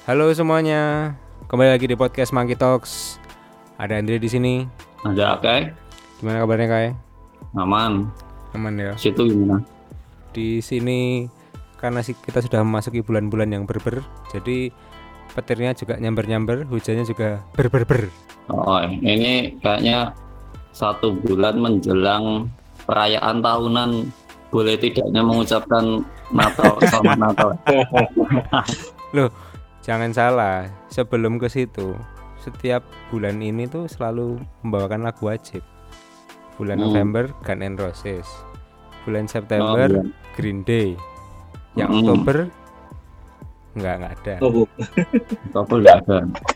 Halo semuanya, kembali lagi di podcast Monkey Talks. Ada Andre di sini. Ada Akai, Gimana kabarnya Kai? aman. Aman ya. Situ gimana? Di sini karena kita sudah memasuki bulan-bulan yang berber, jadi petirnya juga nyamber-nyamber, hujannya juga ber. Oh, ini kayaknya 1 bulan menjelang perayaan tahunan. Boleh tidaknya mengucapkan Natal, selamat Natal. Loh, jangan salah. Sebelum ke situ, setiap bulan ini tuh selalu membawakan lagu wajib. Bulan November Guns N' Roses, bulan September iya. Green Day, yang Oktober nggak ada. Oktober nggak ada.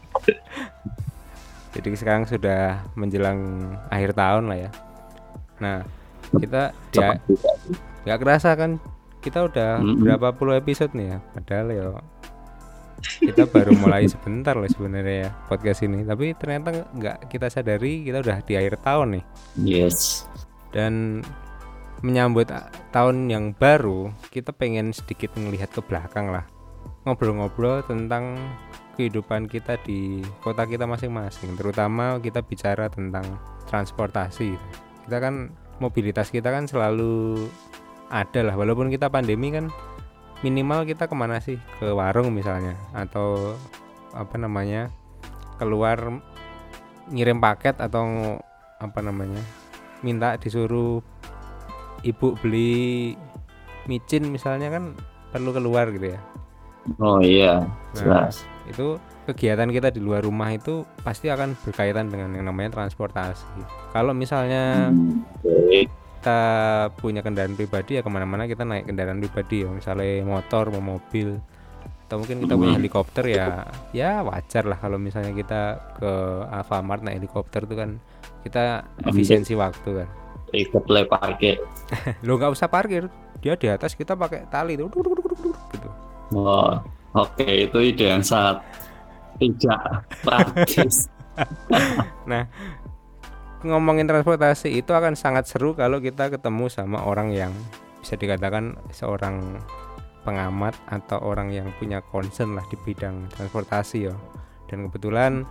Jadi sekarang sudah menjelang akhir tahun lah ya. Nah, kita Cepat juga. nggak kerasa kan kita udah berapa puluh episode nih ya. Padahal ya kita baru mulai sebentar loh sebenarnya ya podcast ini. Tapi ternyata nggak kita sadari kita udah di akhir tahun nih. Yes. Dan menyambut tahun yang baru, kita pengen sedikit melihat ke belakang lah. Ngobrol-ngobrol tentang kehidupan kita di kota kita masing-masing. Terutama kita bicara tentang transportasi. Kita kan mobilitas kita kan selalu ada lah. Walaupun kita pandemi kan minimal kita kemana sih? Ke warung misalnya. Atau apa namanya, keluar ngirim paket atau apa namanya, minta disuruh ibu beli micin misalnya kan perlu keluar gitu ya. Oh iya, jelas. Itu kegiatan kita di luar rumah itu pasti akan berkaitan dengan yang namanya transportasi. Kalau misalnya kita punya kendaraan pribadi ya kemana-mana kita naik kendaraan pribadi ya, misalnya motor, mau mobil, atau mungkin kita punya helikopter ya wajar lah kalau misalnya kita ke Alfamart naik helikopter itu kan kita efisiensi waktu kan. Ikut le parkir. Lo nggak usah parkir, dia di atas, kita pakai tali tuh gitu. Oh, oke, itu ide yang sangat tidak praktis. Nah, ngomongin transportasi itu akan sangat seru kalau kita ketemu sama orang yang bisa dikatakan seorang pengamat atau orang yang punya concern lah di bidang transportasi ya. Dan kebetulan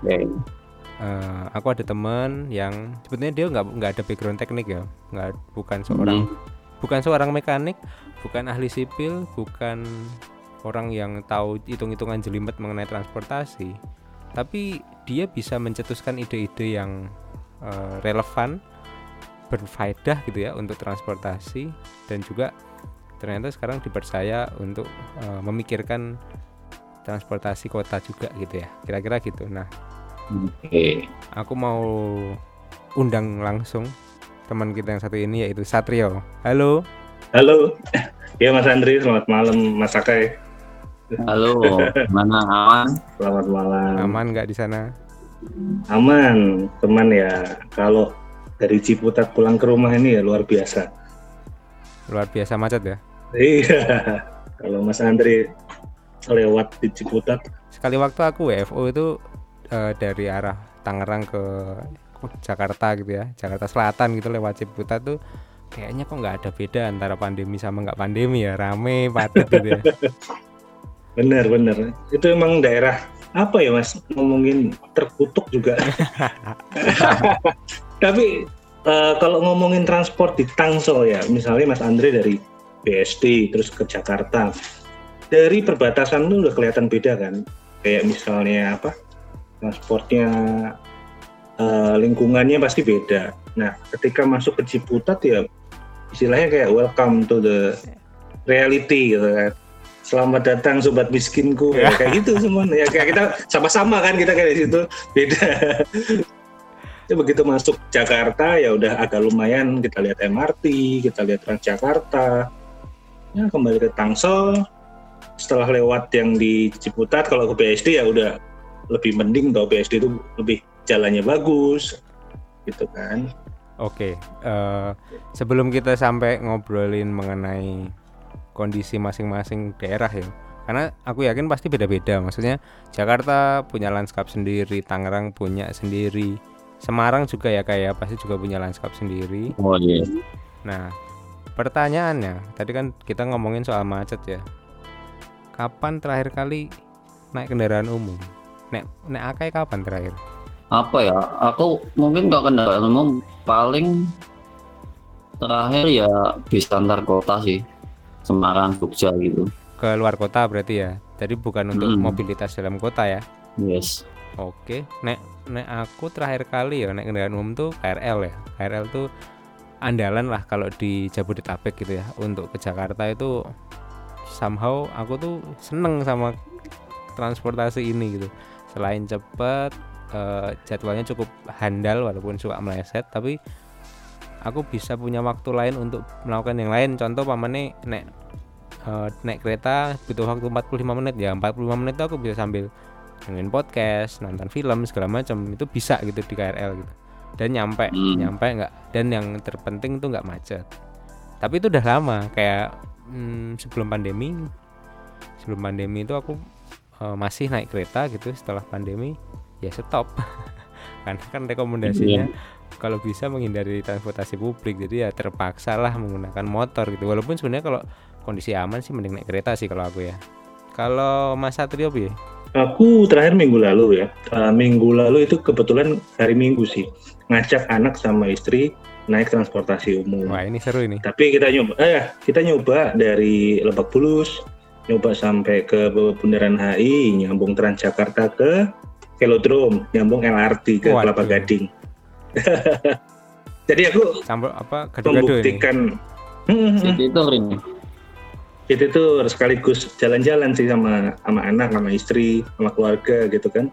aku ada teman yang sebetulnya dia nggak ada background teknik ya, bukan seorang mekanik, bukan ahli sipil, bukan orang yang tahu hitung-hitungan jelimet mengenai transportasi, tapi dia bisa mencetuskan ide-ide yang relevan, berfaedah gitu ya untuk transportasi, dan juga ternyata sekarang dipercaya untuk memikirkan transportasi kota juga gitu ya, kira-kira gitu. Nah, aku mau undang langsung teman kita yang satu ini yaitu Satrio. Halo. Ya Mas Andri, selamat malam Mas Akai. Halo, mana aman? Selamat malam. Aman nggak di sana? Aman, teman ya. Kalau dari Ciputat pulang ke rumah ini ya luar biasa. Luar biasa macet ya? Iya. Kalau Mas Andri lewat di Ciputat. Sekali waktu aku WFO itu dari arah Tangerang ke Jakarta gitu ya, Jakarta Selatan gitu lewat Ciputat tuh kayaknya kok nggak ada beda antara pandemi sama nggak pandemi ya, rame padat gitu ya. Bener. Itu emang daerah apa ya Mas, ngomongin terkutuk juga. Tapi kalau ngomongin transport di Tangsel ya, misalnya Mas Andre dari BSD terus ke Jakarta, dari perbatasan itu udah kelihatan beda kan. Kayak misalnya apa, transportnya, lingkungannya pasti beda. Nah, ketika masuk ke Ciputat ya istilahnya kayak welcome to the reality gitu kan. Selamat datang sobat miskinku ya, kayak gitu semuanya. Ya kayak kita sama-sama kan, kita kayak di situ beda. Jadi begitu masuk Jakarta ya udah agak lumayan, kita lihat MRT, kita lihat Transjakarta. Ya kembali ke Tangsel. Setelah lewat yang di Ciputat, kalau ke BSD ya udah lebih mending, tau BSD itu lebih jalannya bagus gitu kan. Oke, sebelum kita sampai ngobrolin mengenai kondisi masing-masing daerah ya, karena aku yakin pasti beda-beda. Maksudnya Jakarta punya lanskap sendiri, Tangerang punya sendiri, Semarang juga ya kayak pasti juga punya lanskap sendiri. Oh iya. Nah, pertanyaannya tadi kan kita ngomongin soal macet ya. Kapan terakhir kali naik kendaraan umum? Nek Akai kapan terakhir? Apa ya? Aku mungkin kalau kendaraan umum paling terakhir ya bis antar kota sih, Semarang, Jogja gitu. Ke luar kota berarti ya. Jadi bukan untuk mobilitas dalam kota ya. Yes. Oke. Nek aku terakhir kali ya naik kendaraan umum tuh KRL ya. KRL tuh andalan lah kalau di Jabodetabek gitu ya. Untuk ke Jakarta itu somehow aku tuh seneng sama transportasi ini gitu. Selain cepet, jadwalnya cukup handal walaupun suka meleset, tapi aku bisa punya waktu lain untuk melakukan yang lain. Contoh pamane naik kereta butuh waktu 45 menit ya, 45 menit itu aku bisa sambil dengerin podcast, nonton film segala macam, itu bisa gitu di KRL gitu. Dan nyampe nggak, dan yang terpenting itu nggak macet. Tapi itu udah lama, kayak sebelum pandemi itu aku masih naik kereta gitu. Setelah pandemi ya stop karena kan rekomendasinya kalau bisa menghindari transportasi publik, jadi ya terpaksa lah menggunakan motor gitu. Walaupun sebenarnya kalau kondisi aman sih mending naik kereta sih kalau aku ya. Kalau Mas Satrio ya? Aku terakhir minggu lalu ya. Minggu lalu itu kebetulan hari Minggu sih, ngajak anak sama istri naik transportasi umum. Wah, ini seru ini. Tapi kita nyoba dari Lebak Bulus, nyoba sampai ke Bundaran HI, nyambung Transjakarta ke Velodrome, nyambung LRT ke Kelapa Gading. Jadi aku membuktikan itu sekaligus jalan-jalan sih sama anak, sama istri, sama keluarga gitu kan.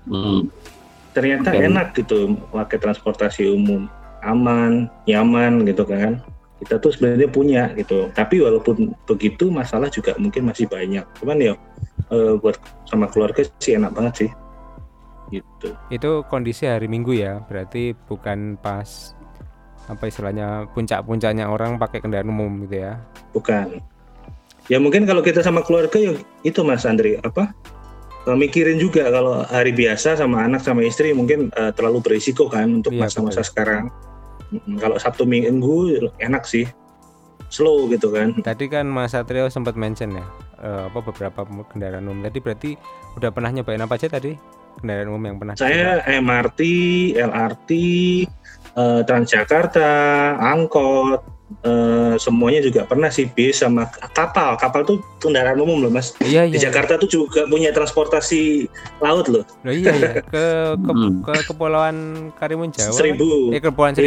Ternyata enak gitu pakai transportasi umum, aman, nyaman gitu kan. Kita tuh sebenarnya punya gitu. Tapi walaupun begitu masalah juga mungkin masih banyak. Cuman ya buat sama keluarga sih enak banget sih. Gitu. Itu kondisi hari Minggu ya, berarti bukan pas apa istilahnya puncak-puncaknya orang pakai kendaraan umum gitu ya? Bukan. Ya mungkin kalau kita sama keluarga ya itu Mas Andri mikirin juga kalau hari biasa sama anak sama istri mungkin terlalu berisiko kan untuk masa-masa sekarang. Kalau Sabtu Minggu enak sih, slow gitu kan. Tadi kan Mas Satrio sempat mention ya beberapa kendaraan umum. Tadi berarti udah pernah nyobain apa aja tadi kendaraan umum yang pernah? Saya MRT, LRT, Transjakarta, angkot, semuanya juga pernah sih, bis sama kapal. Kapal tuh kendaraan umum loh Mas. Iya, di Jakarta tuh juga punya transportasi laut loh. Iya. Ke Kepulauan Karimun Jawa. Kepulauan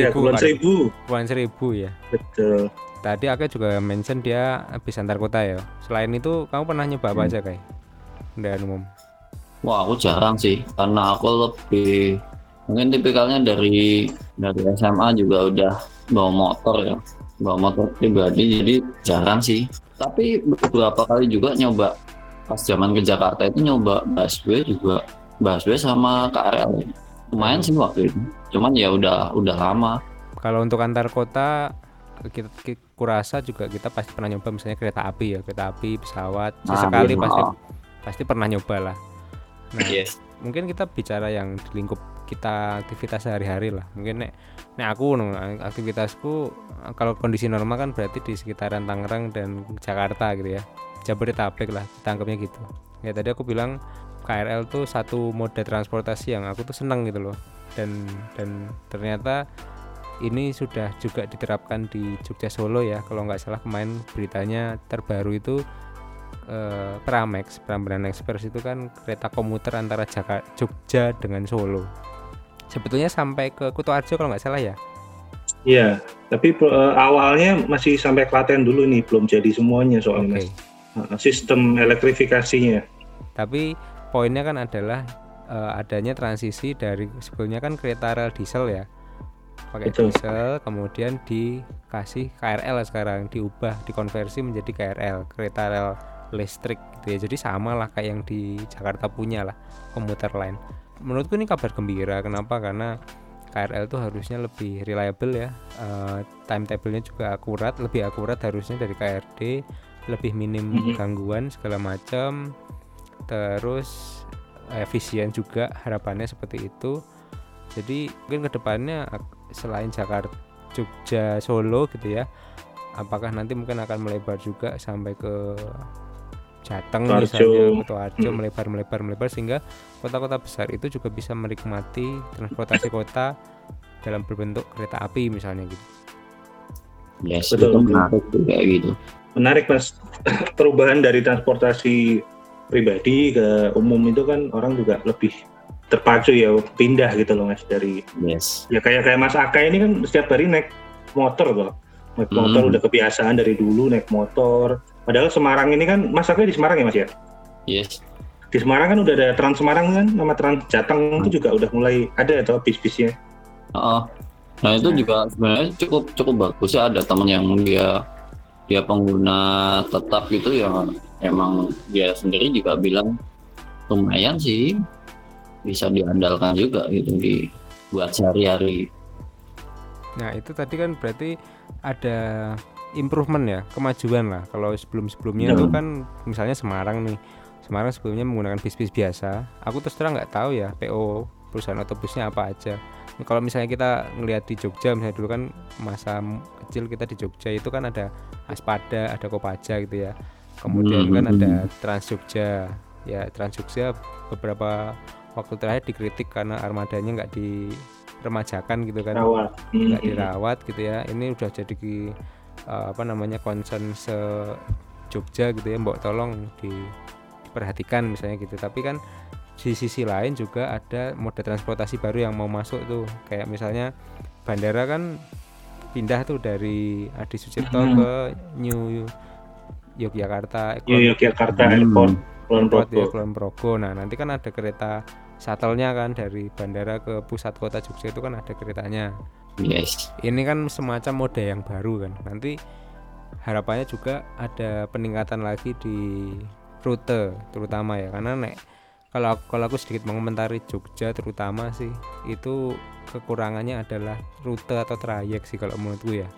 Seribu ya. Betul. Tadi aku juga mention dia bis antar kota ya. Selain itu kamu pernah nyoba apa aja kayak kendaraan umum? Wah, aku jarang sih, karena aku lebih mungkin tipikalnya dari SMA juga udah bawa motor pribadi, jadi jarang sih. Tapi beberapa kali juga nyoba pas zaman ke Jakarta itu nyoba busway sama KRL. Lumayan sih waktu itu. Cuman ya udah lama. Kalau untuk antar kota kita kurasa juga kita pasti pernah nyoba misalnya kereta api, pesawat. Sesekali pasti pernah nyoba lah. Nah, mungkin kita bicara yang di lingkup kita aktivitas sehari-hari lah. Mungkin nek aku aktivitasku kalau kondisi normal kan berarti di sekitaran Tangerang dan Jakarta gitu ya. Jabodetabek lah, kita anggapnya gitu. Ya tadi aku bilang KRL tuh satu moda transportasi yang aku tuh seneng gitu loh. Dan ternyata ini sudah juga diterapkan di Jogja Solo ya. Kalau nggak salah kemarin beritanya terbaru itu Prambanan Express itu kan kereta komuter antara Jogja dengan Solo. Sebetulnya sampai ke Kutoarjo kalau nggak salah ya. Iya, tapi awalnya masih sampai Klaten dulu nih, belum jadi semuanya soalnya. Sistem elektrifikasinya. Tapi poinnya kan adalah adanya transisi dari sebelumnya kan kereta rel diesel ya, pakai diesel, kemudian dikasih KRL sekarang, dikonversi menjadi KRL, kereta rel listrik gitu ya. Jadi sama lah kayak yang di Jakarta punya lah, komuter line. Menurutku ini kabar gembira. Kenapa? Karena KRL itu harusnya lebih reliable ya, timetable-nya juga lebih akurat harusnya dari KRD, lebih minim gangguan segala macam, terus efisien juga, harapannya seperti itu. Jadi mungkin kedepannya selain Jakarta, Jogja, Solo gitu ya, apakah nanti mungkin akan melebar juga sampai ke Jateng Kutoarjo. misalnya, Kutoarjo melebar sehingga kota-kota besar itu juga bisa menikmati transportasi kota dalam berbentuk kereta api misalnya gitu. Yes, Betul, itu betul. menarik tuh kayak gitu. Menarik Mas, perubahan dari transportasi pribadi ke umum itu kan orang juga lebih terpacu ya, pindah gitu loh Mas, dari Yes. ya kayak Mas Aka ini kan setiap hari naik motor loh. Naik motor udah kebiasaan dari dulu naik motor. Padahal Semarang ini kan, Mas Aka di Semarang ya Mas ya? Yes. Di Semarang kan udah ada Trans Semarang kan, nama Trans Jateng itu juga udah mulai ada atau bis-bisnya. Nah itu juga sebenarnya cukup bagus ya, ada teman yang dia pengguna tetap gitu ya, emang dia sendiri juga bilang lumayan sih, bisa diandalkan juga gitu buat sehari-hari. Nah itu tadi kan berarti ada improvement ya, kemajuan lah. Kalau sebelumnya itu kan misalnya Semarang sebelumnya menggunakan bis-bis biasa. Aku terus terang nggak tahu ya PO perusahaan otobusnya apa aja. Kalau misalnya kita ngelihat di Jogja, misalnya dulu kan masa kecil kita di Jogja itu kan ada Aspada, ada Kopaja gitu ya. Kemudian kan ada Trans Jogja. Ya Trans Jogja beberapa waktu terakhir dikritik karena armadanya nggak diremajakan gitu kan, nggak dirawat gitu ya. Ini udah jadi concern se Jogja gitu ya, mbok tolong diperhatikan misalnya gitu. Tapi kan di sisi lain juga ada moda transportasi baru yang mau masuk tuh, kayak misalnya bandara kan pindah tuh dari Adi Sucipto ke New Yogyakarta Airport Kulon Progo. Nah nanti kan ada kereta shuttle-nya kan dari bandara ke pusat kota Jogja, itu kan ada keretanya. Yes. Ini kan semacam moda yang baru kan. Nanti harapannya juga ada peningkatan lagi di rute terutama ya, karena kalau aku sedikit mengomentari Jogja terutama sih, itu kekurangannya adalah rute atau trayek sih kalau menurutku ya.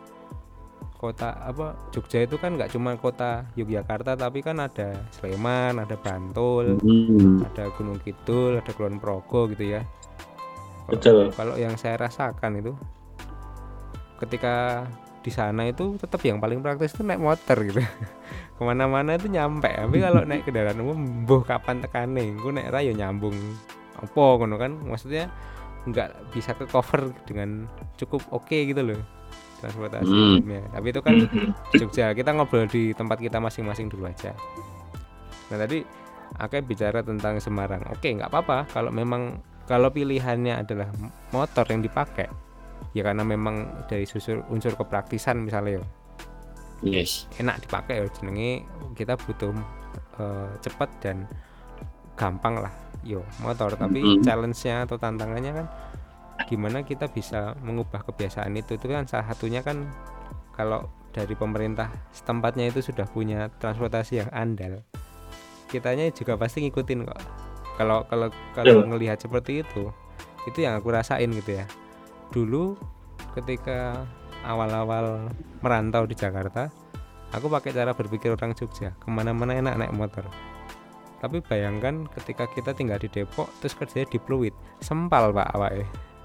Jogja itu kan nggak cuma kota Yogyakarta, tapi kan ada Sleman, ada Bantul, ada Gunung Kidul, ada Kulon Progo gitu ya. Betul. Kalau yang saya rasakan itu ketika di sana itu tetap yang paling praktis itu naik motor gitu. Kemana-mana itu nyampe. Tapi kalau naik kendaraan umum, kapan tekane? Gue naik rayo nyambung apa ngono kan? Maksudnya nggak bisa ke cover dengan cukup oke gitu loh transportasi umumnya. Tapi itu kan Jogja. Kita ngobrol di tempat kita masing-masing dulu aja. Nah tadi Ake bicara tentang Semarang. Oke, nggak apa-apa kalau pilihannya adalah motor yang dipakai, ya karena memang dari unsur kepraktisan misalnya ya. Yes. Enak dipakai ya, jenenge kita butuh cepat dan gampang lah yo motor. Tapi challenge-nya atau tantangannya kan gimana kita bisa mengubah kebiasaan itu kan salah satunya kan kalau dari pemerintah setempatnya itu sudah punya transportasi yang andal, kitanya juga pasti ngikutin kok. Kalau ngelihat seperti itu yang aku rasain gitu ya. Dulu ketika awal-awal merantau di Jakarta, aku pakai cara berpikir orang Jogja, kemana-mana enak naik motor. Tapi bayangkan ketika kita tinggal di Depok terus kerjanya di Pluit, sempal pak awake.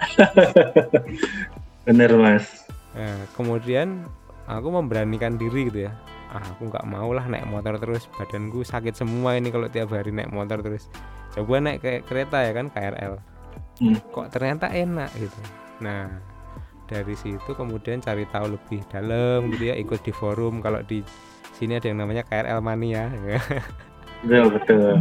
Bener Mas. Nah, kemudian aku memberanikan diri gitu ya, aku nggak mau lah naik motor terus, badanku sakit semua ini kalau tiap hari naik motor terus. Coba naik ke kereta ya kan, KRL, kok ternyata enak gitu. Nah dari situ kemudian cari tahu lebih dalam gitu ya, ikut di forum. Kalau di sini ada yang namanya KRL Mania ya. Betul.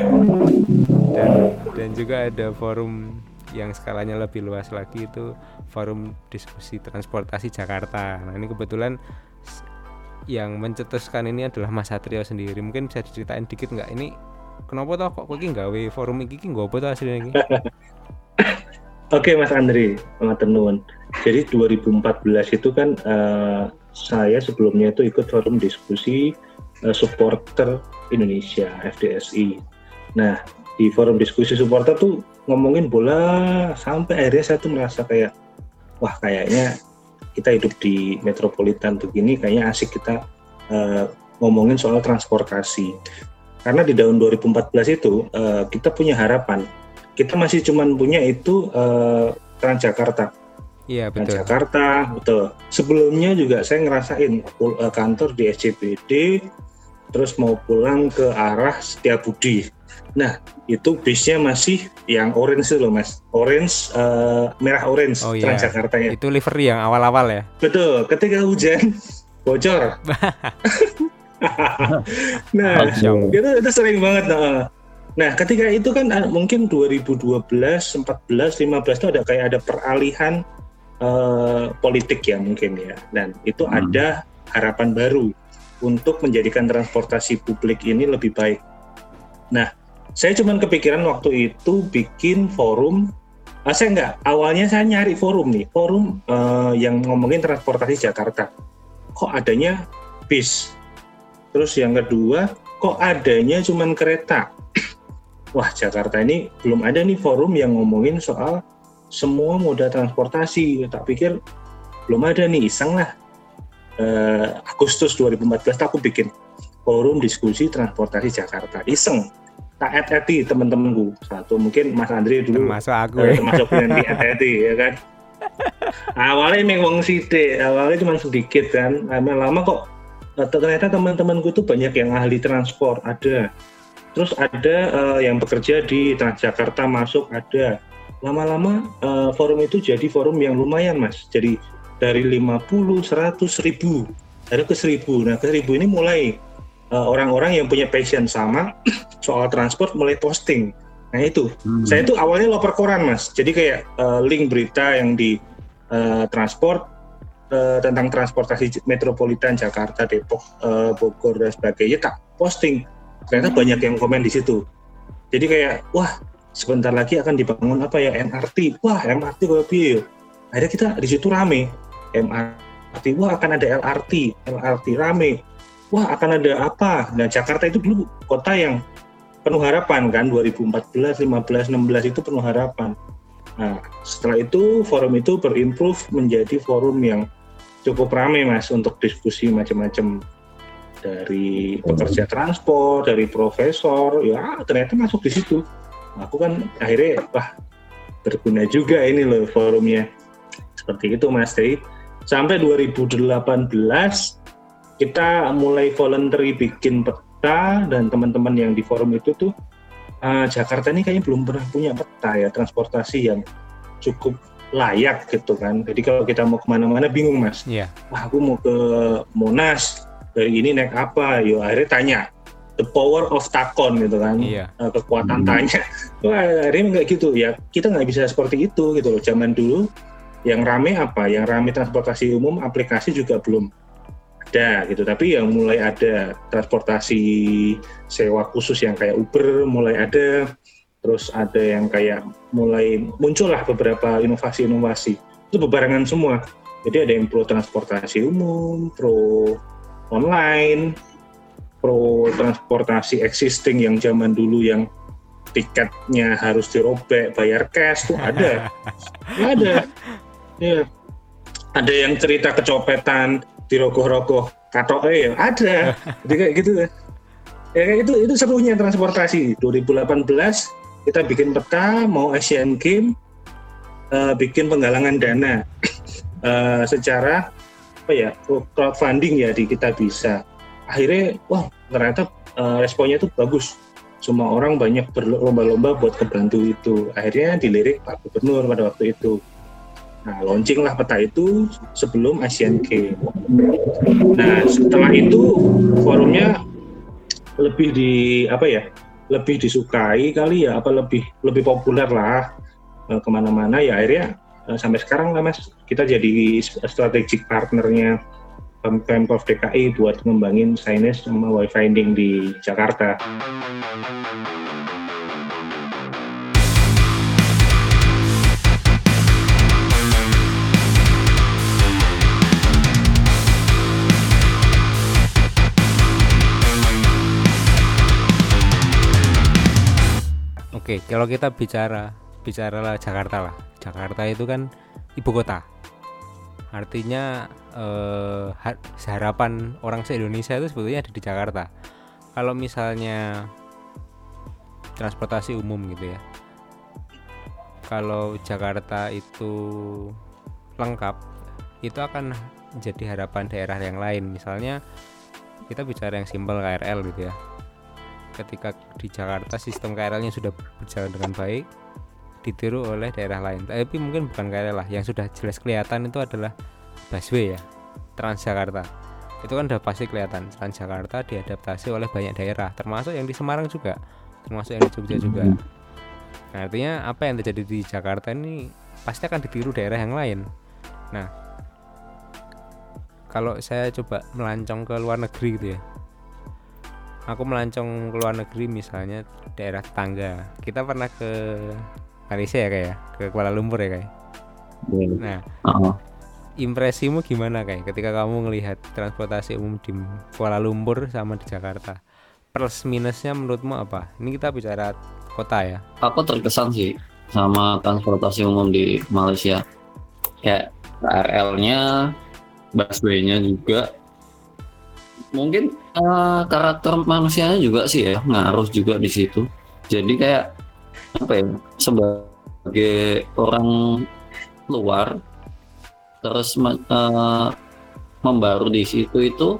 Dan juga ada forum yang skalanya lebih luas lagi, itu forum diskusi transportasi Jakarta. Nah ini kebetulan yang mencetuskan ini adalah Mas Satrio sendiri. Mungkin bisa diceritain dikit nggak, ini kenapa toh kok iki nggawe forum iki nggo apa toh asline iki? Oke Mas Andri, matur nuwun. Jadi 2014 itu kan saya sebelumnya itu ikut forum diskusi supporter Indonesia FDSI. Nah di forum diskusi supporter tuh ngomongin bola sampai akhirnya saya tuh merasa kayak wah kayaknya kita hidup di metropolitan begini kayaknya asik kita ngomongin soal transportasi. Karena di tahun 2014 itu kita punya harapan. Kita masih cuman punya itu Transjakarta. Iya betul. Transjakarta, betul. Sebelumnya juga saya ngerasain kantor di SCBD terus mau pulang ke arah Setiabudi. Nah, itu bisnya masih yang orange itu loh Mas, orange, merah orange, Oh iya, Transjakartanya. itu livery yang awal-awal ya. Betul, ketika hujan bocor. Nah, Aduh. itu sering banget. Nah, ketika itu kan mungkin 2012, 14, 15 itu ada peralihan politik ya mungkin ya. Dan itu ada harapan baru untuk menjadikan transportasi publik ini lebih baik. Nah, saya cuma kepikiran waktu itu bikin forum. Awalnya saya nyari forum yang ngomongin transportasi Jakarta. Kok adanya bis? Terus yang kedua, kok adanya cuman kereta? Wah, Jakarta ini belum ada nih forum yang ngomongin soal semua moda transportasi. Tak pikir belum ada nih, iseng lah. Agustus 2014 aku bikin forum diskusi transportasi Jakarta. Iseng. Tak add-addi teman-temanku. Satu mungkin Mas Andre dulu. Termasuk aku ya. Termasuk yang di add-addi ya kan. Awalnya memang sidik, awalnya cuma sedikit kan. Lama-lama kok ternyata teman-temanku itu banyak yang ahli transport, ada. Terus ada yang bekerja di Transjakarta masuk, ada. Lama-lama forum itu jadi forum yang lumayan Mas. Jadi dari 50, 100, 1000 ada ke 1000. Nah ke 1000 ini mulai orang-orang yang punya passion sama soal transport mulai posting. Nah itu, saya itu awalnya loper koran Mas. Jadi kayak link berita yang di transport tentang transportasi metropolitan Jakarta, Depok, Bogor dan sebagainya tak posting. Ternyata banyak yang komen di situ. Jadi kayak wah sebentar lagi akan dibangun apa ya MRT. Wah MRT kok piye? Akhirnya kita di situ rame. MRT, wah akan ada LRT rame. Wah akan ada apa? Nah Jakarta itu dulu kota yang penuh harapan kan 2014, 15, 16 itu penuh harapan. Nah setelah itu forum itu berimprove menjadi forum yang cukup ramai Mas untuk diskusi macam-macam dari pekerja transport, dari profesor, ya ternyata masuk di situ. Aku kan akhirnya wah berguna juga ini loh forumnya. Seperti itu Mas Tei. Sampai 2018 kita mulai voluntary bikin peta dan teman-teman yang di forum itu tuh Jakarta ini kayaknya belum pernah punya peta ya transportasi yang cukup layak gitu kan. Jadi kalau kita mau kemana-mana bingung Mas. Iya. Wah aku mau ke Monas, dari ini naik apa? Yo akhirnya tanya the power of Takon gitu kan. Iya. Kekuatan tanya. Wah akhirnya nggak gitu ya. Kita nggak bisa seperti itu gitu loh. Zaman dulu yang rame apa? Yang rame transportasi umum, aplikasi juga belum ada gitu. Tapi yang mulai ada transportasi sewa khusus yang kayak Uber mulai ada. Terus ada yang kayak mulai muncullah beberapa inovasi-inovasi. Itu bebarengan semua. Jadi ada yang pro transportasi umum, pro online, pro transportasi existing yang zaman dulu yang tiketnya harus dirobek, bayar cash tuh ada. Ada. Ya. Ada yang cerita kecopetan, dirogoh-rogoh katoke ya ada. Jadi kayak gitu ya. Ya kayak itu serunya transportasi. 2018 kita bikin peta mau Asian Games, bikin penggalangan dana secara apa ya crowdfunding ya di Kita Bisa. Akhirnya wah ternyata responnya itu bagus. Semua orang banyak berlomba-lomba buat kebantu itu. Akhirnya dilirik Pak Gubernur pada waktu itu. Nah, launching lah peta itu sebelum Asian Games. Nah, setelah itu forumnya lebih lebih disukai kali ya, lebih populer lah kemana-mana ya akhirnya sampai sekarang lah Mas kita jadi strategic partnernya Pemprov DKI buat ngembangin signage sama wayfinding di Jakarta. Oke, kalau kita bicara Jakarta lah. Jakarta itu kan ibu kota. Artinya harapan orang se-Indonesia itu sebetulnya ada di Jakarta. Kalau misalnya transportasi umum gitu ya. Kalau Jakarta itu lengkap, itu akan menjadi harapan daerah yang lain. Misalnya kita bicara yang simpel KRL gitu ya. Ketika di Jakarta sistem KRL-nya sudah berjalan dengan baik, ditiru oleh daerah lain. Tapi mungkin bukan KRL lah, yang sudah jelas kelihatan itu adalah busway ya, Transjakarta. Itu kan udah pasti kelihatan. Transjakarta diadaptasi oleh banyak daerah, termasuk yang di Semarang juga, termasuk yang di Jogja juga. Nah, artinya apa yang terjadi di Jakarta ini pasti akan ditiru daerah yang lain. Nah, kalau saya coba melancong ke luar negeri gitu ya, aku melancong ke luar negeri misalnya daerah tetangga, kita pernah ke Malaysia ya kayak, ke Kuala Lumpur ya kayak. Nah, impresimu gimana kayak ketika kamu melihat transportasi umum di Kuala Lumpur sama di Jakarta? Plus minusnya menurutmu apa? Ini kita bicara kota ya. Aku terkesan sih sama transportasi umum di Malaysia. Kayak KRL-nya, busway-nya juga. Mungkin karakter manusianya juga sih ya ngaruh juga di situ. Jadi kayak apa ya, sebagai orang luar terus membaru di situ itu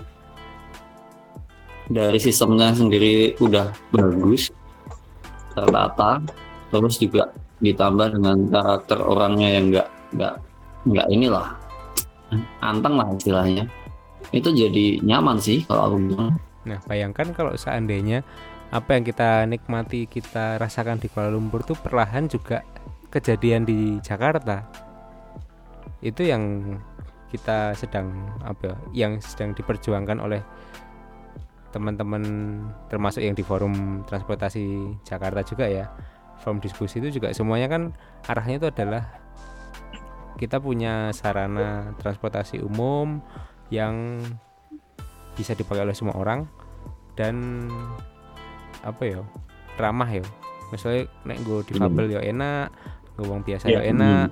dari sistemnya sendiri udah bagus, tertata, terus juga ditambah dengan karakter orangnya yang nggak inilah anteng lah istilahnya, itu jadi nyaman sih kalau aku bilang. Nah, bayangkan kalau seandainya apa yang kita nikmati, kita rasakan di Kuala Lumpur tuh perlahan juga kejadian di Jakarta. Itu yang kita sedang yang sedang diperjuangkan oleh teman-teman, termasuk yang di forum transportasi Jakarta juga ya. Forum diskusi itu juga semuanya kan arahnya itu adalah kita punya sarana transportasi umum yang bisa dipakai oleh semua orang dan ramah ya. Misalnya nek go difabel ya enak, go wong biasa ya enak,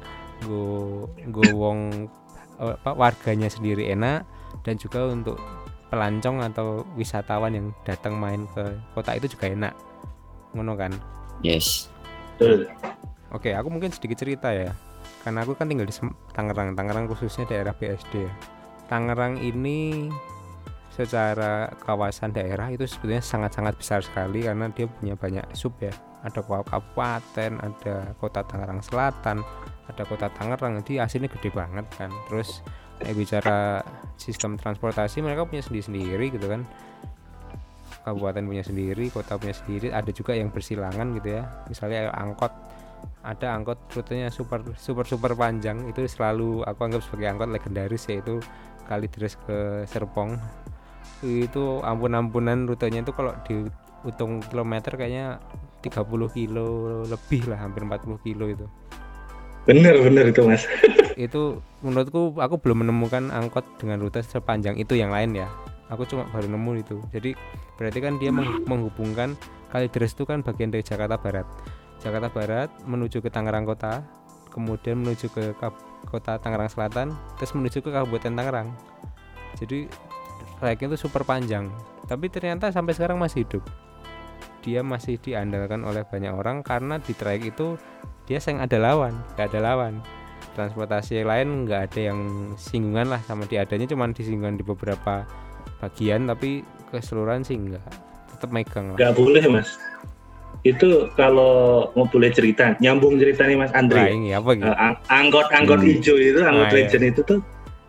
go wong warganya sendiri enak, dan juga untuk pelancong atau wisatawan yang datang main ke kota itu juga enak. Ngono kan? Yes. Oke, aku mungkin sedikit cerita ya. Karena aku kan tinggal di Tangerang khususnya daerah BSD ya. Tangerang ini secara kawasan daerah itu sebetulnya sangat-sangat besar sekali karena dia punya banyak sub ya. Ada kabupaten, ada kota Tangerang Selatan, ada kota Tangerang, jadi aslinya gede banget kan. Terus bicara sistem transportasi mereka punya sendiri-sendiri gitu kan. Kabupaten punya sendiri, kota punya sendiri, ada juga yang bersilangan gitu ya. Misalnya angkot, ada angkot rutenya super panjang, itu selalu aku anggap sebagai angkot legendaris, yaitu Kalideres ke Serpong. Itu ampun-ampunan rutenya itu kalau dihitung kilometer kayaknya 30 kilo lebih lah, hampir 40 kilo itu. Bener itu mas. Itu menurutku aku belum menemukan angkot dengan rute sepanjang itu yang lain ya. Aku cuma baru nemu itu. Jadi berarti kan dia menghubungkan Kalideres itu kan bagian dari Jakarta Barat menuju ke Tangerang Kota, kemudian menuju ke kota Tangerang Selatan, terus menuju ke Kabupaten Tangerang. Jadi trayeknya itu super panjang, tapi ternyata sampai sekarang masih hidup. Dia masih diandalkan oleh banyak orang karena di trayek itu dia nggak ada lawan. Transportasi yang lain nggak ada yang singgungan lah sama dia, adanya cuma disinggungan di beberapa bagian, tapi keseluruhan sih nggak, tetap megang lah. Nggak boleh mas. Itu kalau mau boleh cerita, nyambung cerita nih Mas Andre. Angkot hijau itu, angkot legend itu tuh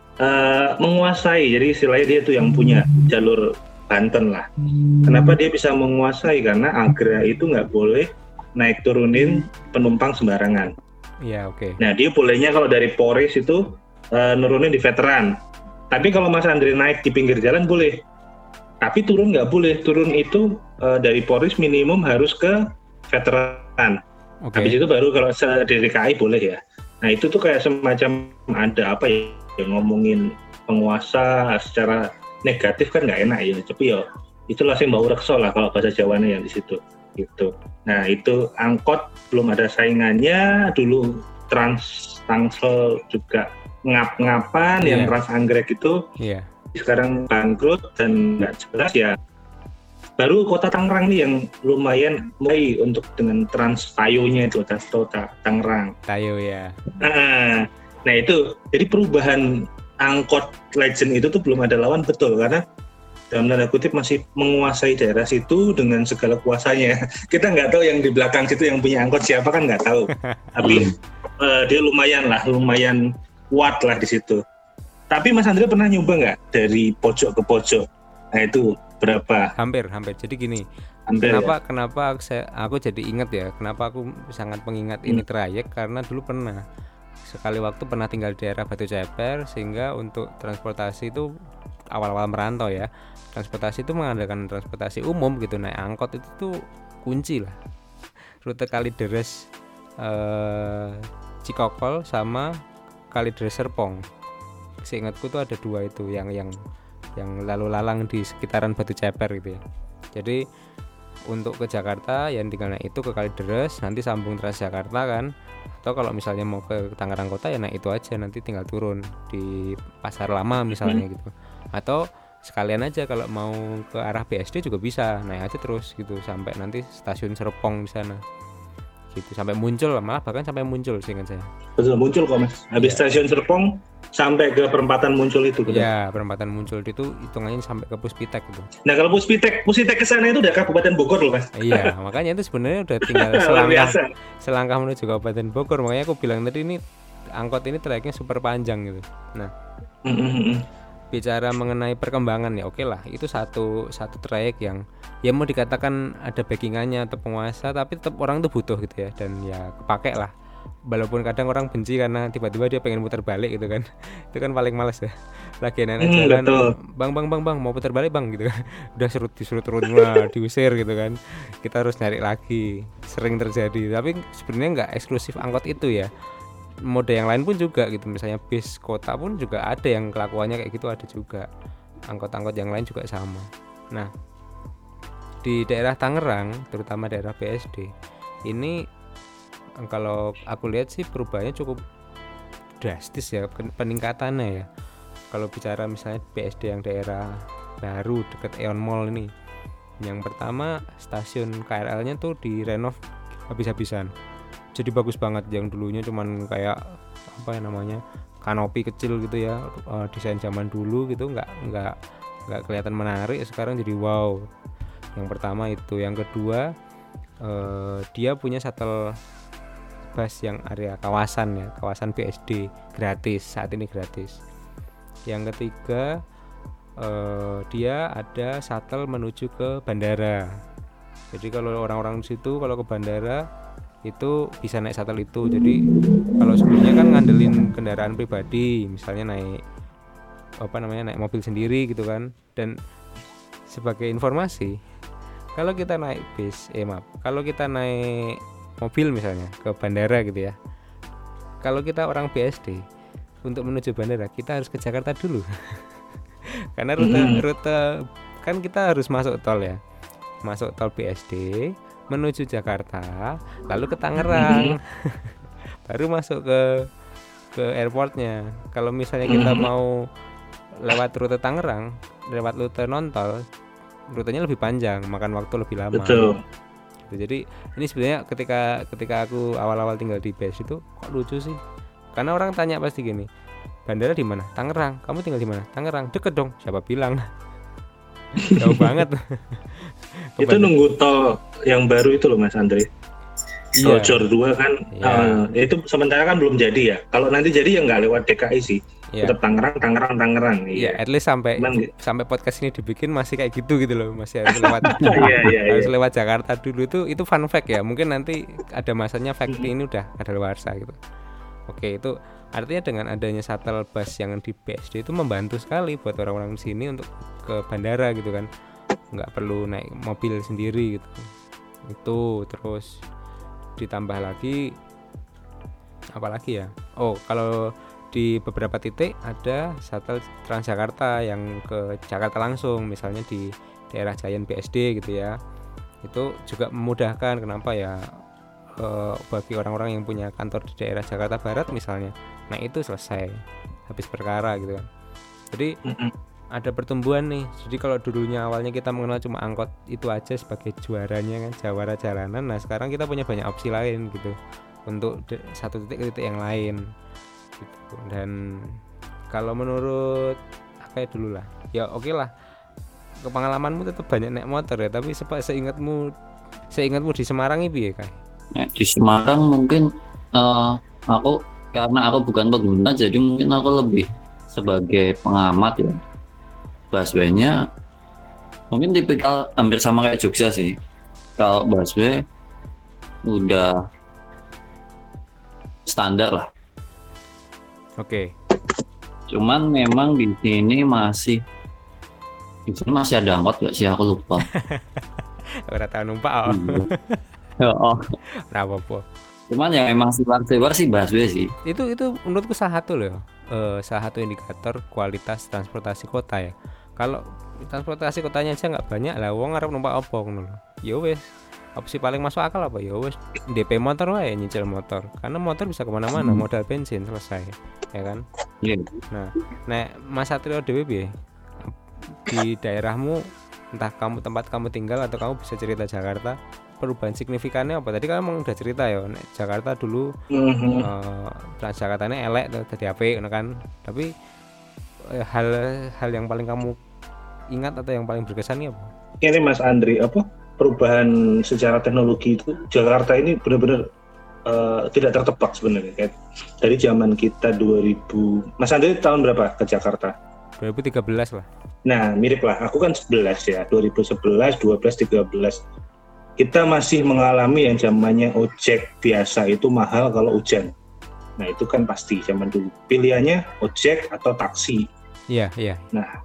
menguasai. Jadi istilahnya dia tuh yang punya jalur Banten lah. Kenapa dia bisa menguasai? Karena Agra itu nggak boleh naik turunin penumpang sembarangan. Iya, oke. Nah dia bolehnya kalau dari Polres itu nurunin di veteran. Tapi kalau Mas Andre naik di pinggir jalan boleh. Tapi turun nggak boleh. Turun itu dari Polres minimum harus ke veteran. Habis itu baru kalau di DKI boleh ya. Nah itu tuh kayak semacam ada apa ya, yang ngomongin penguasa secara negatif kan nggak enak ya. Tapi ya itulah yang bau rekso lah kalau bahasa Jawanya yang di situ. Gitu. Nah itu angkot belum ada saingannya. Dulu Tangsel juga ngap-ngapan, yang Transanggrek itu. Iya. Sekarang bangkrut dan nggak jelas ya. Baru kota Tangerang nih yang lumayan mulai untuk dengan Trans Tayo-nya itu, Tangerang. Tayo ya. Nah itu, jadi perubahan angkot legend itu tuh belum ada lawan betul, karena dalam tanda kutip masih menguasai daerah situ dengan segala kuasanya. Kita nggak tahu yang di belakang situ yang punya angkot siapa kan nggak tahu. Tapi dia lumayan kuat lah di situ. Tapi Mas Andre pernah nyoba nggak dari pojok ke pojok? Nah itu berapa? Hampir. Jadi gini, Hampir, kenapa aku jadi ingat ya, kenapa aku sangat mengingat ini trayek, karena dulu pernah sekali waktu pernah tinggal di daerah Batu Ceper, sehingga untuk transportasi itu awal-awal merantau ya, transportasi itu mengandalkan transportasi umum gitu, naik angkot itu tuh kunci lah. Rute Kalideres Cikokol sama Kalideres Serpong, seingatku tuh ada dua itu yang lalu lalang di sekitaran Batu Ceper gitu ya. Jadi untuk ke Jakarta yang tinggal naik itu ke Kalideres, nanti sambung Transjakarta kan, atau kalau misalnya mau ke Tangerang Kota ya naik itu aja, nanti tinggal turun di Pasar Lama misalnya gitu, atau sekalian aja kalau mau ke arah BSD juga bisa naik aja terus gitu sampai nanti stasiun Serpong di sana gitu, sampai Muncul, malah bahkan sampai Muncul seingat saya. Betul, Muncul kok Mas. Habis stasiun Serpong sampai ke perempatan Muncul itu gitu. Ya, perempatan Muncul itu hitungannya sampai ke Puspitek gitu. Nah, kalau Puspitek ke sana itu udah Kabupaten Bogor loh, Mas. Iya, makanya itu sebenarnya udah tinggal selangkah menuju Kabupaten Bogor. Makanya aku bilang tadi ini angkot ini trayeknya super panjang gitu. Nah, bicara mengenai perkembangan ya oke lah, itu satu trayek yang ya mau dikatakan ada backingannya atau penguasa, tapi tetap orang tuh butuh gitu ya, dan ya kepake lah. Walaupun kadang orang benci karena tiba-tiba dia pengen muter balik gitu kan. Itu kan paling males ya. Lagi enak jalan, bang mau putar balik bang gitu kan. Udah disuruh turun diusir gitu kan. Kita harus nyari lagi. Sering terjadi. Tapi sebenarnya nggak eksklusif angkot itu ya. Mode yang lain pun juga gitu. Misalnya bis kota pun juga ada yang kelakuannya kayak gitu, ada juga. Angkot-angkot yang lain juga sama. Nah, di daerah Tangerang, terutama daerah BSD, ini kalau aku lihat sih perubahannya cukup drastis ya peningkatannya ya. Kalau bicara misalnya BSD yang daerah baru dekat Aeon Mall ini, yang pertama stasiun KRL-nya tuh direnov habis-habisan, jadi bagus banget. Yang dulunya cuman kayak apa ya namanya, kanopi kecil gitu ya, desain zaman dulu gitu, nggak kelihatan menarik. Sekarang jadi wow. Yang pertama itu. Yang kedua, dia punya shuttle bus yang area kawasan BSD gratis, saat ini gratis. Yang ketiga, dia ada shuttle menuju ke bandara. Jadi kalau orang-orang di situ kalau ke bandara itu bisa naik shuttle itu. Jadi kalau sebelumnya kan ngandelin kendaraan pribadi, misalnya naik mobil sendiri gitu kan. Dan sebagai informasi, kalau kita naik kalau kita naik mobil misalnya ke bandara gitu ya, kalau kita orang BSD untuk menuju bandara kita harus ke Jakarta dulu. Karena rute kan kita harus masuk tol ya, masuk tol BSD menuju Jakarta, lalu ke Tangerang, baru masuk ke airportnya. Kalau misalnya kita mau lewat rute Tangerang, lewat rute non tol, rutenya lebih panjang, makan waktu lebih lama. Betul. Jadi ini sebenarnya ketika aku awal-awal tinggal di BSD itu kok lucu sih, karena orang tanya pasti gini, bandara di mana? Tangerang. Kamu tinggal di mana? Tangerang. Deket dong. Siapa bilang? Jauh banget. Itu nunggu tol yang baru itu loh Mas Andre. Tol Jor 2 kan, itu sementara kan belum jadi ya. Kalau nanti jadi ya nggak lewat DKI sih. Tetap Tangerang. Iya, at least sampai podcast ini dibikin masih kayak gitu loh, masih harus lewat harus lewat Jakarta dulu. Itu fun fact ya. Mungkin nanti ada masanya fact ini udah kadaluarsa gitu. Oke, itu artinya dengan adanya shuttle bus yang di BSD itu membantu sekali buat orang-orang di sini untuk ke bandara gitu kan. Nggak perlu naik mobil sendiri gitu. Itu terus ditambah lagi apalagi ya? Oh, kalau di beberapa titik ada shuttle Transjakarta yang ke Jakarta langsung, misalnya di daerah Giant BSD gitu ya. Itu juga memudahkan. Kenapa ya? Bagi orang-orang yang punya kantor di daerah Jakarta Barat misalnya, nah itu selesai, habis perkara gitu kan. Jadi ada pertumbuhan nih. Jadi kalau dulunya awalnya kita mengenal cuma angkot itu aja sebagai juaranya kan, jawara jalanan. Nah sekarang kita punya banyak opsi lain gitu untuk satu titik ke titik yang lain gitu. Dan kalau menurut kayak dulu lah ya oke lah, pengalamanmu tetap banyak naik motor ya, tapi seingatmu di Semarang ini ya kayak. Di Semarang mungkin aku karena aku bukan pengguna, jadi mungkin aku lebih sebagai pengamat ya. Busway-nya mungkin tipikal hampir sama kayak Jogja sih. Kalau busway udah standar lah. Oke. Cuman memang di sini masih ada angkot nggak sih, aku lupa. Ora tau numpak. Oh. Ora apa-apa. Cuman ya memang sebar sih busway sih. Itu menurutku salah satu indikator kualitas transportasi kota ya. Kalau transportasi kotanya aja nggak banyak lah, wong arep numpak apa ngono lho. Ya wes, opsi paling masuk akal apa ya wes DP motor wae, nyicil motor. Karena motor bisa kemana-mana, modal bensin selesai, ya kan? Iya. Nah, nek Mas Satrio dhewe piye? Di daerahmu, entah tempat kamu tinggal atau kamu bisa cerita Jakarta, perubahan signifikannya apa? Tadi kan emang udah cerita ya, nek Jakarta dulu Transjakartanya elek dadi apik kan. Tapi hal yang paling kamu ingat atau yang paling berkesan apa? Ini Mas Andri, perubahan secara teknologi itu Jakarta ini benar-benar tidak tertebak sebenarnya. Kayak dari zaman kita 2000, Mas Andri tahun berapa ke Jakarta? 2013 lah. Nah, mirip lah. Aku kan 11 ya, 2011, 12, 13. Kita masih mengalami yang zamannya ojek biasa itu mahal kalau hujan. Nah, itu kan pasti zaman dulu. Pilihannya ojek atau taksi. Iya. Nah,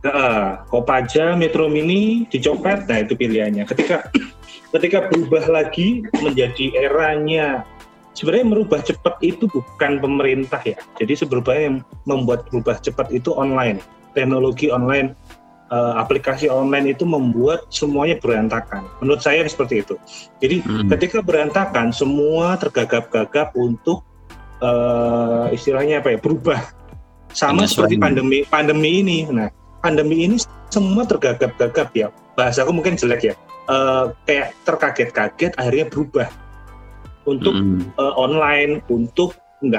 Kopaja, Metro Mini, dicopet, nah itu pilihannya. Ketika berubah lagi menjadi eranya, sebenarnya merubah cepat itu bukan pemerintah ya. Jadi sebenarnya yang membuat berubah cepat itu online, teknologi online, aplikasi online itu membuat semuanya berantakan. Menurut saya seperti itu. Jadi ketika berantakan, semua tergagap-gagap untuk istilahnya berubah. Sama seperti pandemi ini. Nah, pandemi ini semua tergagap-gagap ya. Bahasaku mungkin jelek ya. Kayak terkaget-kaget akhirnya berubah untuk online, untuk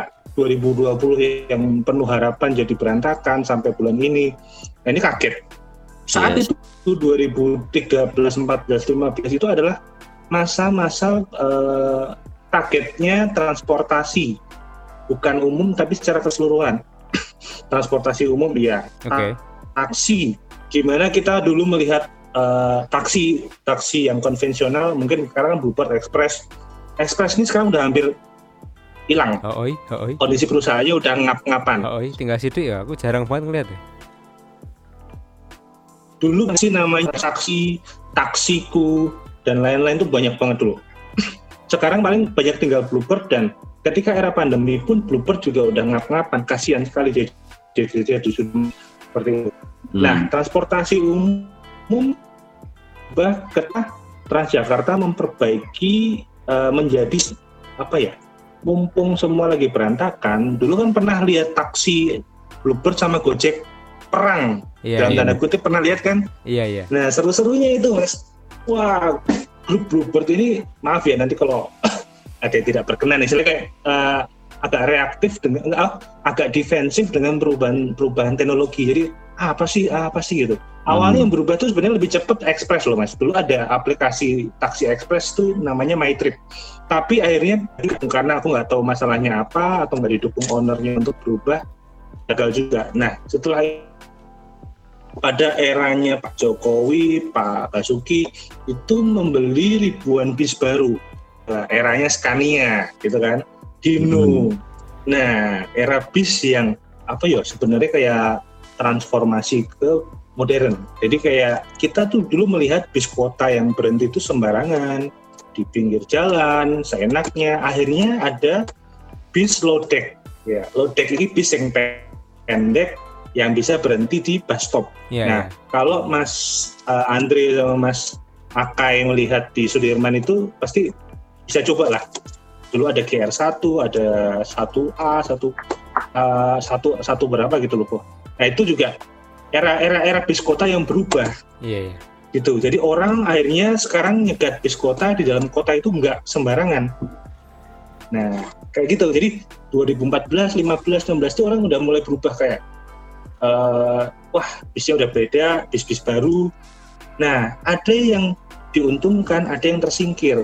2020 yang penuh harapan jadi berantakan sampai bulan ini. Nah, ini kaget. Saat itu 2013, 14, 15 itu adalah masa-masa kagetnya transportasi, bukan umum tapi secara keseluruhan. Transportasi umum ya. Taksi. Gimana kita dulu melihat taksi yang konvensional, mungkin sekarang kan bubar Express ini sekarang udah hampir hilang. Kondisi perusahaannya udah ngap-ngapan. Tinggal sidik ya, aku jarang banget ngeliat ya. Dulu sih namanya taksiku dan lain-lain tuh banyak banget dulu. Sekarang paling banyak tinggal Bluebird, dan ketika era pandemi pun Bluebird juga udah ngap-ngapan. Kasihan sekali jadi seperti itu. Nah, transportasi umum Transjakarta memperbaiki menjadi mumpung semua lagi berantakan. Dulu kan pernah lihat taksi Bluebird sama Gojek perang, dalam tanda kutip, pernah lihat kan? Iya. Nah, seru-serunya itu Mas. Wah, grup Bluebird ini, maaf ya nanti kalau ada yang tidak berkenan, istilahnya kayak agak reaktif agak defensif dengan perubahan teknologi. Jadi apa sih gitu. Awalnya yang berubah itu sebenarnya lebih cepat Express loh Mas. Dulu ada aplikasi taksi Express tuh namanya MyTrip. Tapi akhirnya karena aku nggak tahu masalahnya apa atau nggak didukung ownernya untuk berubah, gagal juga. Nah, setelah pada eranya Pak Jokowi, Pak Basuki itu membeli ribuan bis baru. Nah, eranya Scania gitu kan, Dino. Nah, era bis yang sebenarnya kayak transformasi ke modern. Jadi kayak kita tuh dulu melihat bis kota yang berhenti itu sembarangan di pinggir jalan, seenaknya. Akhirnya ada bis low deck. Ya, low deck ini bis yang pendek yang bisa berhenti di bus stop. Nah, kalau Mas Andre sama Mas Akai melihat di Sudirman itu pasti bisa coba lah. Dulu ada GR1, ada 1A, satu berapa gitu loh. Nah, itu juga era bis kota yang berubah. Gitu. Jadi orang akhirnya sekarang nyegat bis kota di dalam kota itu nggak sembarangan. Nah, kayak gitu. Jadi 2014, 15, 16 itu orang udah mulai berubah kayak wah bisnya udah beda, bis baru. Nah ada yang diuntungkan, ada yang tersingkir.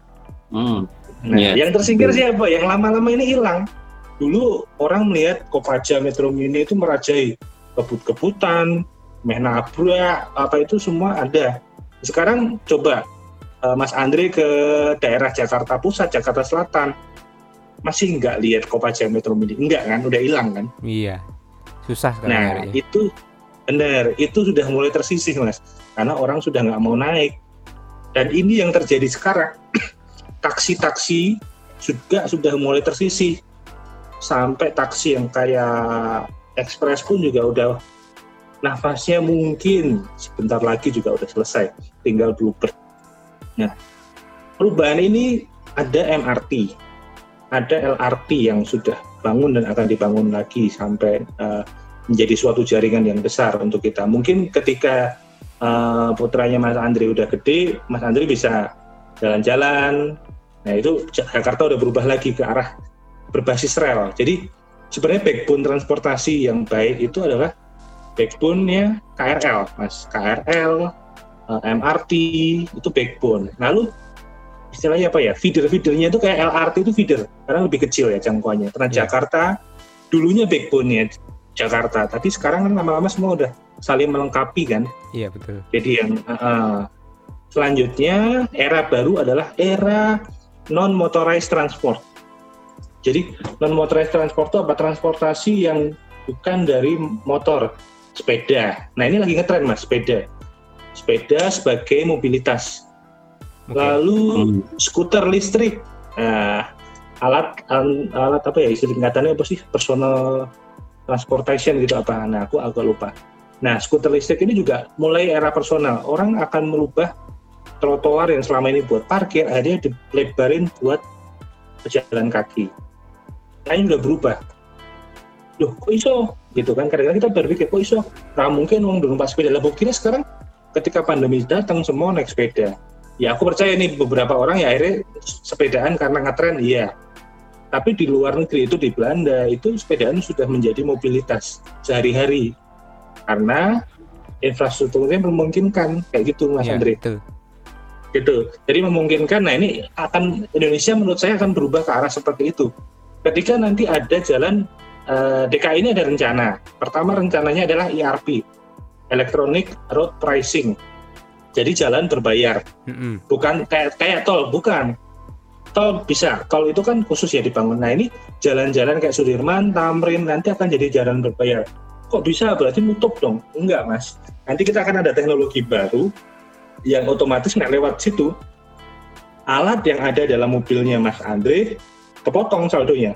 Yang tersingkir siapa? Yang lama-lama ini hilang. Dulu orang melihat Kopaja Metro Mini itu merajai, kebut-kebutan, meh nabrak, apa itu semua ada. Sekarang coba Mas Andre ke daerah Jakarta Pusat, Jakarta Selatan, masih nggak lihat Kopaja Metro Mini? Enggak kan, udah hilang kan? Iya, susah sekarang. Nah itu benar, itu sudah mulai tersisih Mas, karena orang sudah nggak mau naik. Dan ini yang terjadi sekarang, taksi-taksi juga sudah mulai tersisih. Sampai taksi yang kayak ekspres pun juga udah nafasnya mungkin sebentar lagi juga udah selesai, tinggal bluebird. Nah, perubahan ini ada MRT, ada LRT yang sudah bangun dan akan dibangun lagi sampai menjadi suatu jaringan yang besar untuk kita. Mungkin ketika putranya Mas Andre udah gede, Mas Andre bisa jalan-jalan. Nah itu Jakarta udah berubah lagi ke arah berbasis rel. Jadi sebenarnya backbone transportasi yang baik itu adalah backbone-nya KRL, Mas. KRL, MRT itu backbone. Lalu istilahnya apa ya? Feeder-feedernya itu kayak LRT itu feeder, karena lebih kecil ya jangkauannya. Transjakarta dulunya backbone-nya Jakarta, tapi sekarang kan lama-lama semua udah saling melengkapi kan? Iya betul. Jadi yang selanjutnya era baru adalah era non-motorized transport. Jadi non-motorized transport itu apa? Transportasi yang bukan dari motor, sepeda. Nah ini lagi ngetren Mas, sepeda sebagai mobilitas. Lalu skuter listrik, alat apa ya singkatannya apa sih? Personal transportation gitu apa? Nah aku agak lupa. Nah skuter listrik ini juga mulai era personal. Orang akan merubah trotoar yang selama ini buat parkir, akhirnya dilebarin buat pejalan kaki. Nah ini udah berubah. Loh kok iso? Gitu kan, kadang-kadang kita berpikir kok iso? Nah mungkin orang dulu numpak sepeda. Lah buktinya sekarang ketika pandemi datang semua naik sepeda. Ya aku percaya nih beberapa orang ya akhirnya sepedaan karena ngetren, iya. Tapi di luar negeri itu di Belanda itu sepedaan sudah menjadi mobilitas sehari-hari. Karena infrastrukturnya memungkinkan kayak gitu Mas Andre. Betul. Gitu. Jadi memungkinkan. Nah ini akan Indonesia menurut saya akan berubah ke arah seperti itu. Ketika nanti ada jalan DKI ini ada rencana. Pertama rencananya adalah ERP, Electronic Road Pricing. Jadi jalan berbayar. Bukan kayak tol, bukan. Tol bisa. Tol itu kan khusus ya dibangun. Nah ini jalan-jalan kayak Sudirman, Tamrin nanti akan jadi jalan berbayar. Kok bisa? Berarti nutup dong? Enggak Mas. Nanti kita akan ada teknologi baru yang otomatis nggak lewat situ. Alat yang ada dalam mobilnya Mas Andre kepotong saldonya.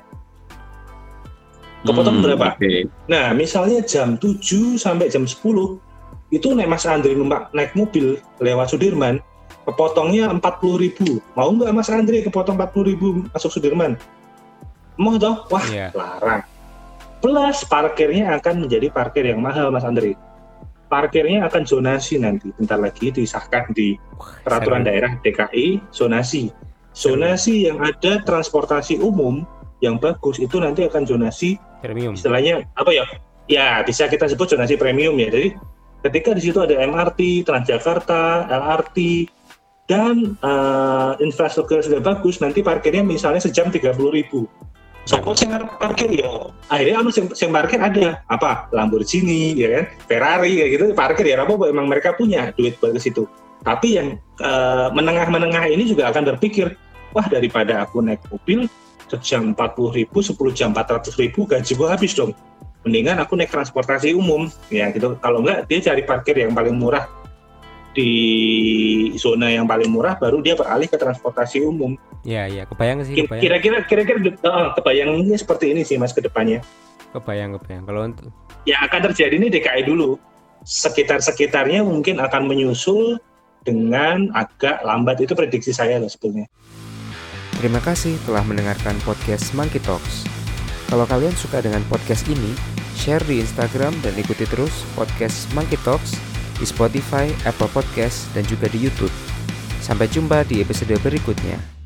Kepotong berapa? Okay. Nah, misalnya jam 7 sampai jam 10 itu Mas Andre naik mobil lewat Sudirman, kepotongnya 40.000. Mau nggak Mas Andre kepotong 40.000 masuk Sudirman? Mau toh? Wah, larang. Plus parkirnya akan menjadi parkir yang mahal Mas Andre. Parkirnya akan zonasi nanti, bentar lagi disahkan di peraturan daerah DKI, zonasi yang ada transportasi umum yang bagus itu nanti akan zonasi premium. Istilahnya apa ya? Ya bisa kita sebut zonasi premium ya. Jadi ketika di situ ada MRT, Transjakarta, LRT dan infrastruktur sudah bagus, nanti parkirnya misalnya sejam 30.000. Sopo sing parkir ya. Akhirnya sing parkir ada apa? Lamborghini ya kan, Ferrari kayak gitu parkir ya. Apa emang mereka punya duit buat ke situ. Tapi yang menengah-menengah ini juga akan berpikir, wah daripada aku naik mobil sejam 40.000, 10 jam 400.000 gaji gua habis dong. Mendingan aku naik transportasi umum ya gitu. Kalau enggak dia cari parkir yang paling murah di zona yang paling murah, baru dia beralih ke transportasi umum. Iya, kebayang sih. Kira-kira kebayangnya seperti ini sih Mas ke depannya. Kebayang. Kalau untuk yang akan terjadi ini DKI dulu. Sekitar-sekitarnya mungkin akan menyusul dengan agak lambat, itu prediksi saya lah sebetulnya. Terima kasih telah mendengarkan podcast Monkey Talks. Kalau kalian suka dengan podcast ini, share di Instagram dan ikuti terus podcast Monkey Talks di Spotify, Apple Podcast, dan juga di YouTube. Sampai jumpa di episode berikutnya.